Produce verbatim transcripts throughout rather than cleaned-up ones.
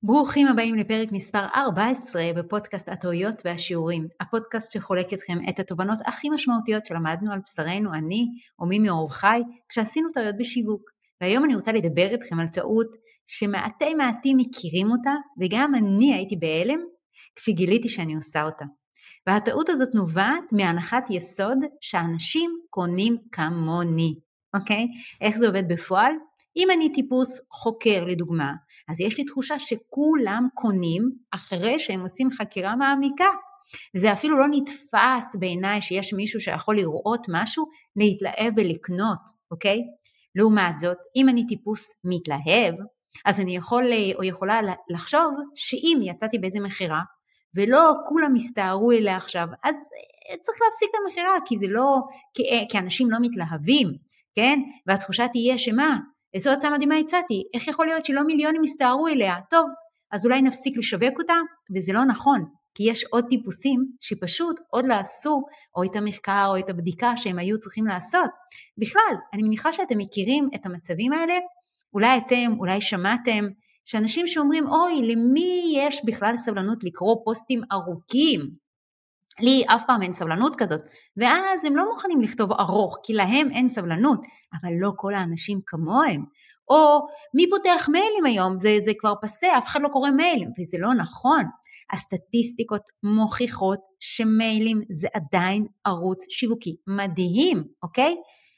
ברוכים הבאים לפרק מספר ארבע עשרה בפודקאסט הטעויות והשיעורים, הפודקאסט שחולק אתכם את התובנות הכי משמעותיות שלמדנו על בשרנו, אני או מי מאור חי, כשעשינו טעויות בשיווק. והיום אני רוצה לדבר איתכם על טעות שמעטי מעטים מכירים אותה, וגם אני הייתי בהלם כשגיליתי שאני עושה אותה. והטעות הזאת נובעת מהנחת יסוד שאנשים קונים כמוני, אוקיי? איך זה עובד בפועל? אם אני טיפוס חוקר לדוגמה, אז יש לי תחושה שכולם קונים אחרי שהם עושים חקירה מעמיקה. וזה אפילו לא נתפס בעיניי שיש מישהו שיכול לראות משהו, להתלהב ולקנות, אוקיי? לעומת זאת, אם אני טיפוס מתלהב, אז אני יכול או יכולה לחשוב שאם יצאתי באיזה מחירה, ולא כולם מסתערו אליה עכשיו, אז צריך להפסיק את המחירה, כי זה לא, כי, כי אנשים לא מתלהבים, כן? והתחושה תהיה שמה? איזו הצעה מדהימה הצעתי, איך יכול להיות שלא מיליונים מסתערו אליה? טוב, אז אולי נפסיק לשווק אותה, וזה לא נכון, כי יש עוד טיפוסים שפשוט עוד לא עשו, או את המחקר או את הבדיקה שהם היו צריכים לעשות. בכלל, אני מניחה שאתם מכירים את המצבים האלה, אולי אתם, אולי שמעתם, שאנשים שאומרים, אוי, למי יש בכלל סבלנות לקרוא פוסטים ארוכים? לי אף פעם אין סבלנות כזאת, ואז הם לא מוכנים לכתוב ארוך, כי להם אין סבלנות, אבל לא כל האנשים כמוהם. או מי פותח מיילים היום? זה, זה כבר פסה, אף אחד לא קורא מיילים, וזה לא נכון. הסטטיסטיקות מוכיחות שמיילים זה עדיין ערוץ שיווקי מדהים, אוקיי?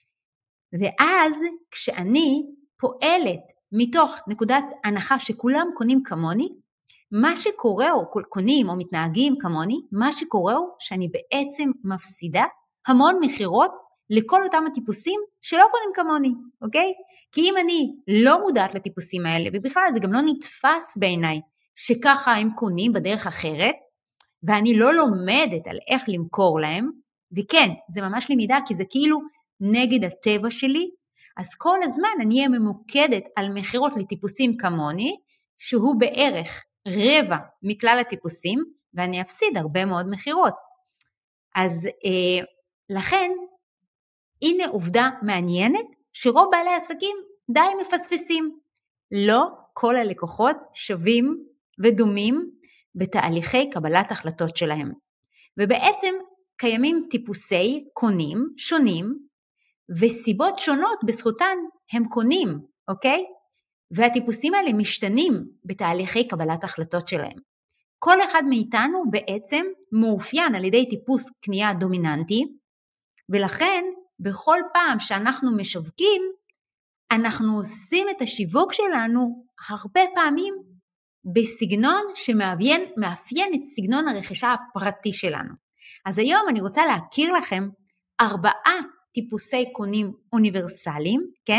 ואז כשאני פועלת מתוך נקודת הנחה שכולם קונים כמוני, מה שקורה או קונים או מתנהגים כמוני, מה שקורה הוא שאני בעצם מפסידה המון מחירות לכל אותם הטיפוסים שלא קונים כמוני, אוקיי? כי אם אני לא מודעת לטיפוסים האלה, ובכלל זה גם לא נתפס בעיניי שככה הם קונים בדרך אחרת, ואני לא לומדת על איך למכור להם, וכן, זה ממש למידה, כי זה כאילו נגד הטבע שלי, אז כל הזמן אני אהיה ממוקדת על מחירות לטיפוסים כמוני, שהוא בערך רבע מכלל הטיפוסים, ואני אפסיד הרבה מאוד מחירות. אז אה, לכן, הנה עובדה מעניינת, שרוב בעלי עסקים די מפספסים. לא כל הלקוחות שווים ודומים בתהליכי קבלת החלטות שלהם. ובעצם קיימים טיפוסי קונים שונים, וסיבות שונות בזכותן הם קונים, אוקיי? והטיפוסים האלה משתנים בתהליכי קבלת החלטות שלהם. כל אחד מאיתנו בעצם מאופיין על ידי טיפוס קנייה דומיננטי, ולכן בכל פעם שאנחנו משווקים, אנחנו עושים את השיווק שלנו הרבה פעמים בסגנון שמאפיין מאפיין את סגנון הרכישה הפרטי שלנו. אז היום אני רוצה להכיר לכם ארבעה טיפוסי קונים אוניברסליים, כן?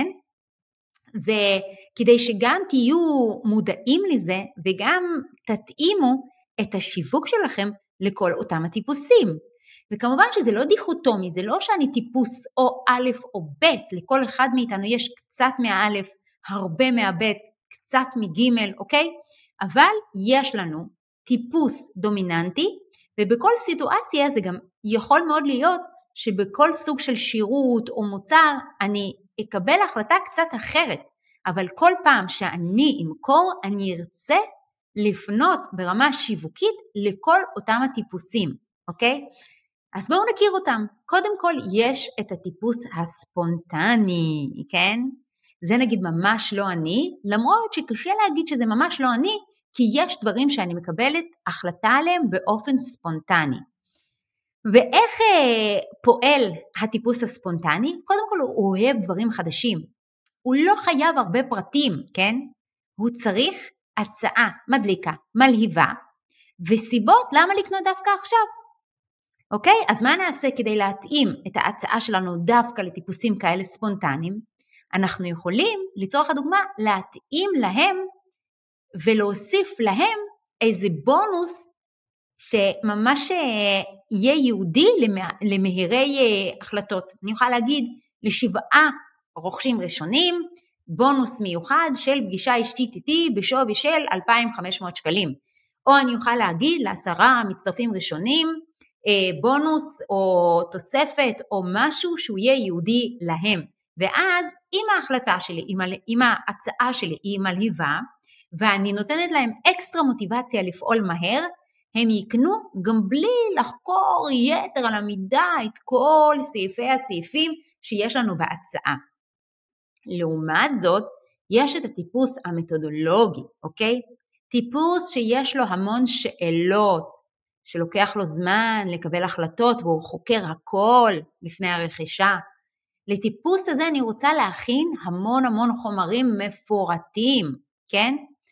וכדי שגם תהיו מודעים לזה וגם תתאימו את השיווק שלכם לכל אותם הטיפוסים. וכמובן שזה לא דיכוטומי, זה לא שאני טיפוס או א' או ב', לכל אחד מאיתנו יש קצת מהאלף, הרבה מהב', קצת מג', אוקיי? אבל יש לנו טיפוס דומיננטי, ובכל סיטואציה זה גם יכול מאוד להיות שבכל סוג של שירות או מוצר אני אקבל החלטה קצת אחרת, אבל כל פעם שאני אמכור, אני ארצה לפנות ברמה שיווקית לכל אותם הטיפוסים, אוקיי? אז בואו נכיר אותם. קודם כל יש את הטיפוס הספונטני, כן? זה נגיד ממש לא אני, למרות שקשה להגיד שזה ממש לא אני, כי יש דברים שאני מקבלת החלטה עליהם באופן ספונטני. ואיך אה, פועל הטיפוס הספונטני? קודם כל הוא אוהב דברים חדשים. הוא לא חייב הרבה פרטים, כן? הוא צריך הצעה מדליקה, מלהיבה, וסיבות למה לקנות דווקא עכשיו. אוקיי? אז מה נעשה כדי להתאים את ההצעה שלנו דווקא לטיפוסים כאלה ספונטניים? אנחנו יכולים, לצורך הדוגמה, להתאים להם ולהוסיף להם איזה בונוס שממש יהיה יהודי למהירי החלטות. אני יכולה להגיד לשבעה רוכשים ראשונים, בונוס מיוחד של פגישה אישית איתי בשווי של אלפיים וחמש מאות שקלים. או אני אוכל להגיד לעשרה מצטרפים ראשונים, בונוס או תוספת או משהו שהוא יהיה יהודי להם. ואז אם ההחלטה שלי, אם ההצעה שלי היא מלהיבה, ואני נותנת להם אקסטרה מוטיבציה לפעול מהר, הם יקנו גם בלי לחקור יתר על המידה את כל סעיפי הסעיפים שיש לנו בהצעה. לעומת זאת, יש את הטיפוס המתודולוגי, אוקיי? טיפוס שיש לו המון שאלות, שלוקח לו זמן לקבל החלטות והוא חוקר הכל לפני הרכישה. לטיפוס הזה אני רוצה להכין המון המון חומרים מפורטים, כן?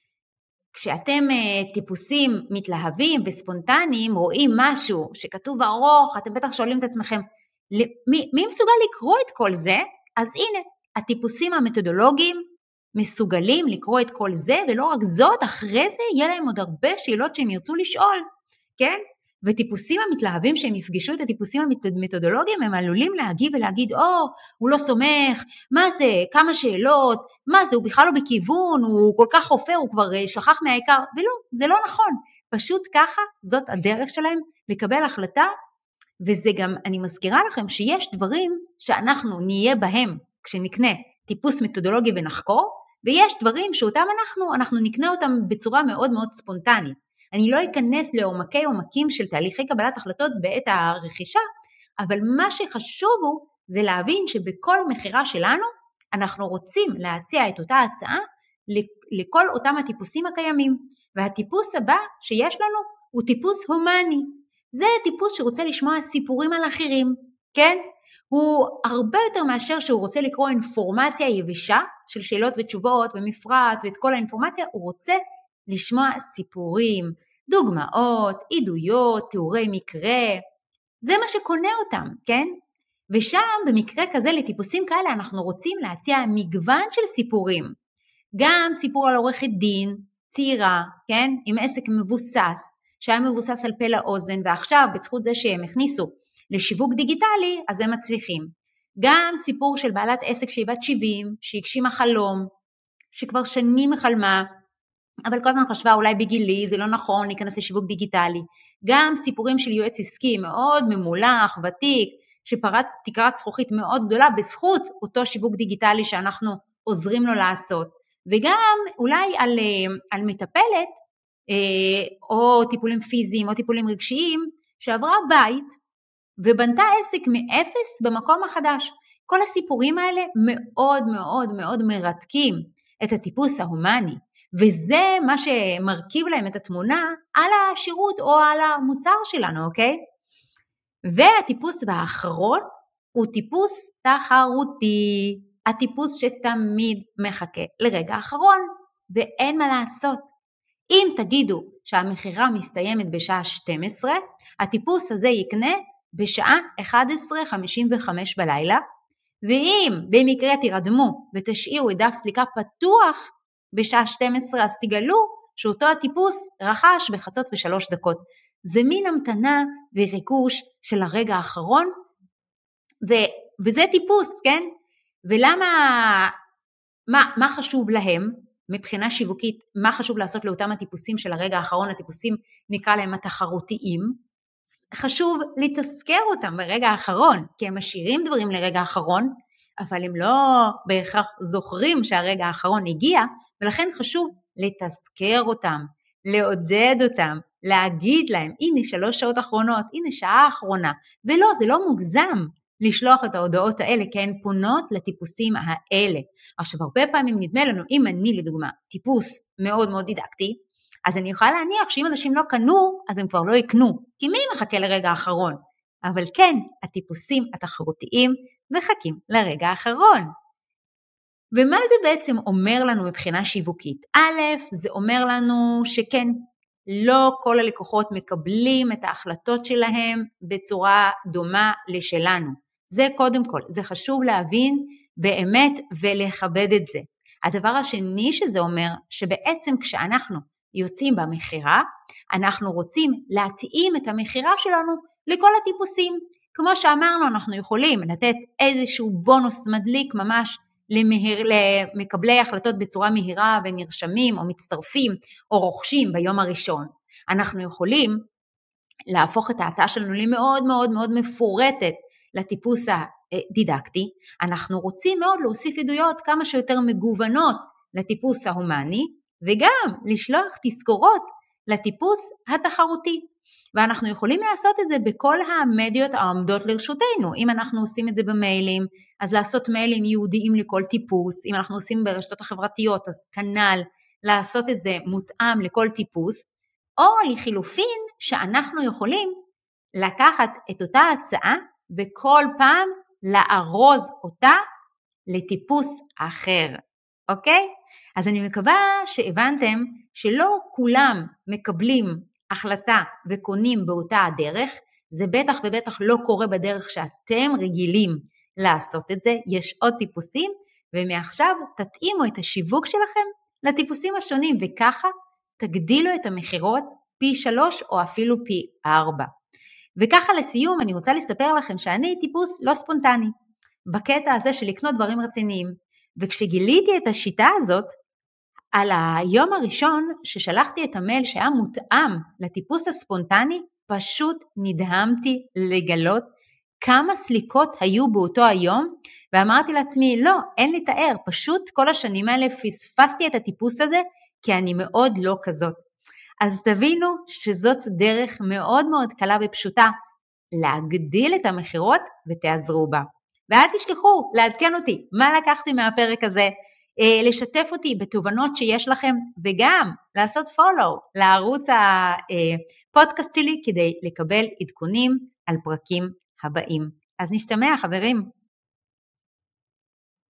כשאתם טיפוסים מתלהבים וספונטניים, רואים משהו שכתוב ארוך, אתם בטח שואלים את עצמכם, מי, מי מסוגל לקרוא את כל זה? אז הנה, הטיפוסים המתודולוגיים מסוגלים לקרוא את כל זה, ולא רק זאת, אחרי זה יהיה להם עוד הרבה שאלות שהם ירצו לשאול, כן? וטיפוסים המתלהבים שהם יפגשו את הטיפוסים המתודולוגיים, הם עלולים להגיב ולהגיד, או, הוא לא סומך, מה זה, כמה שאלות, מה זה, הוא בכלל לא בכיוון, הוא כל כך חופר, הוא כבר שכח מהעיקר, ולא, זה לא נכון, פשוט ככה, זאת הדרך שלהם לקבל החלטה, וזה גם, אני מזכירה לכם שיש דברים שאנחנו נהיה בהם, כשנקנה טיפוס מתודולוגי ונחקור, ויש דברים שאותם אנחנו, אנחנו נקנה אותם בצורה מאוד מאוד ספונטנית. אני לא אכנס לעומקי עומקים של תהליכי קבלת החלטות בעת הרכישה, אבל מה שחשוב הוא, זה להבין שבכל מחירה שלנו, אנחנו רוצים להציע את אותה הצעה, לכל אותם הטיפוסים הקיימים, והטיפוס הבא שיש לנו, הוא טיפוס הומני, זה טיפוס שרוצה לשמוע סיפורים על אחרים, כן? הוא הרבה יותר מאשר שהוא רוצה לקרוא אינפורמציה יבשה, של שאלות ותשובות ומפרט ואת כל האינפורמציה, הוא רוצה לשמוע סיפורים, דוגמאות, עדויות, תיאורי מקרה, זה מה שקונה אותם, כן? ושם במקרה כזה לטיפוסים כאלה אנחנו רוצים להציע מגוון של סיפורים, גם סיפור על עורכת דין, צעירה, כן? עם עסק מבוסס, שהיה מבוסס על פה לאוזן, ועכשיו בזכות זה שהם הכניסו לשיווק דיגיטלי, אז הם מצליחים. גם סיפור של בעלת עסק שהיא בת שבעים, שהגשימה חלום, שכבר שנים חלמה, אבל כל הזמן חשבה אולי בגילי, זה לא נכון להיכנס לשיווק דיגיטלי. גם סיפורים של יועץ עסקי מאוד ממולח, ותיק, שפרץ תקרת זכוכית מאוד גדולה, בזכות אותו שיווק דיגיטלי שאנחנו עוזרים לו לעשות. וגם אולי על, על מטפלת, או טיפולים פיזיים, או טיפולים רגשיים, שעברה בית, ובנתה עסק מאפס במקום החדש. כל הסיפורים האלה מאוד מאוד מאוד מרתקים את הטיפוס ההומני, וזה מה שמרכיב להם את התמונה על השירות או על המוצר שלנו, אוקיי? והטיפוס האחרון הוא טיפוס תחרותי, הטיפוס שתמיד מחכה לרגע האחרון, ואין מה לעשות. אם תגידו שהמחירה מסתיימת בשעה שתים עשרה, הטיפוס הזה יקנה בשעה אחת עשרה חמישים וחמש בלילה, ואם במקרה תירדמו ותשאירו את דף סליקה פתוח בשעה שתים עשרה, אז תגלו שאותו הטיפוס רכש בחצות ושלוש דקות. זה מין המתנה וריגוש של הרגע האחרון, ו- וזה טיפוס, כן? ולמה, מה, מה חשוב להם מבחינה שיווקית, מה חשוב לעשות לאותם הטיפוסים של הרגע האחרון, הטיפוסים נקרא להם התחרותיים, חשוב לתזכר אותם ברגע האחרון, כי הם משאירים דברים לרגע האחרון, אבל הם לא בהכרח זוכרים שהרגע האחרון הגיע, ולכן חשוב לתזכר אותם, לעודד אותם, להגיד להם, הנה שלוש שעות אחרונות, הנה שעה אחרונה, ולא, זה לא מוגזם לשלוח את ההודעות האלה, כי הן פונות לטיפוסים האלה. עכשיו, הרבה פעמים נדמה לנו, אם אני לדוגמה טיפוס מאוד מאוד דידקטי, אז אני יכולה להניח שאם אנשים לא קנו, אז הם כבר לא יקנו, כי מי מחכה לרגע האחרון? אבל כן, הטיפוסים התחרותיים מחכים לרגע האחרון. ומה זה בעצם אומר לנו מבחינה שיווקית? א', זה אומר לנו שכן, לא כל הלקוחות מקבלים את ההחלטות שלהם בצורה דומה לשלנו. זה קודם כל, זה חשוב להבין באמת ולכבד את זה. הדבר השני שזה אומר, שבעצם כשאנחנו יוצאים במחירה, אנחנו רוצים להתאים את המחירה שלנו לכל הטיפוסים. כמו שאמרנו, אנחנו יכולים לתת איזשהו בונוס מדליק ממש למהיר, למקבלי החלטות בצורה מהירה ונרשמים או מצטרפים או רוכשים ביום הראשון. אנחנו יכולים להפוך את ההצעה שלנו למאוד מאוד מאוד מפורטת לטיפוס הדידקטי. אנחנו רוצים מאוד להוסיף עדויות כמה שיותר מגוונות לטיפוס ההומני, וגם לשלוח תזכורות לטיפוס התחרותי. ואנחנו יכולים לעשות את זה בכל המדיות העומדות לרשותנו. אם אנחנו עושים את זה במיילים, אז לעשות מיילים ייעודיים לכל טיפוס. אם אנחנו עושים ברשתות החברתיות, אז כנ"ל לעשות את זה מותאם לכל טיפוס. או לחילופין שאנחנו יכולים לקחת את אותה הצעה וכל פעם לארוז אותה לטיפוס אחר. אוקיי? אז אני מקווה שהבנתם שלא כולם מקבלים החלטה וקונים באותה הדרך, זה בטח ובטח לא קורה בדרך שאתם רגילים לעשות את זה, יש עוד טיפוסים, ומעכשיו תתאימו את השיווק שלכם לטיפוסים השונים, וככה תגדילו את המחירות פי שלוש או אפילו פי ארבע. וככה לסיום אני רוצה לספר לכם שאני טיפוס לא ספונטני, בקטע הזה של לקנות דברים רציניים, וכשגיליתי את השיטה הזאת, על היום הראשון ששלחתי את המייל שהיה מותאם לטיפוס הספונטני, פשוט נדהמתי לגלות כמה סליקות היו באותו היום, ואמרתי לעצמי, לא, אין לי תאר, פשוט כל השנים האלה פספסתי את הטיפוס הזה, כי אני מאוד לא כזאת. אז תבינו שזאת דרך מאוד מאוד קלה ופשוטה, להגדיל את המחירות ותעזרו בה. ואל תשכחו לעדכן אותי מה לקחתי מהפרק הזה, לשתף אותי בתובנות שיש לכם, וגם לעשות פולו לערוץ הפודקאסט שלי, כדי לקבל עדכונים על פרקים הבאים. אז נשתמע חברים.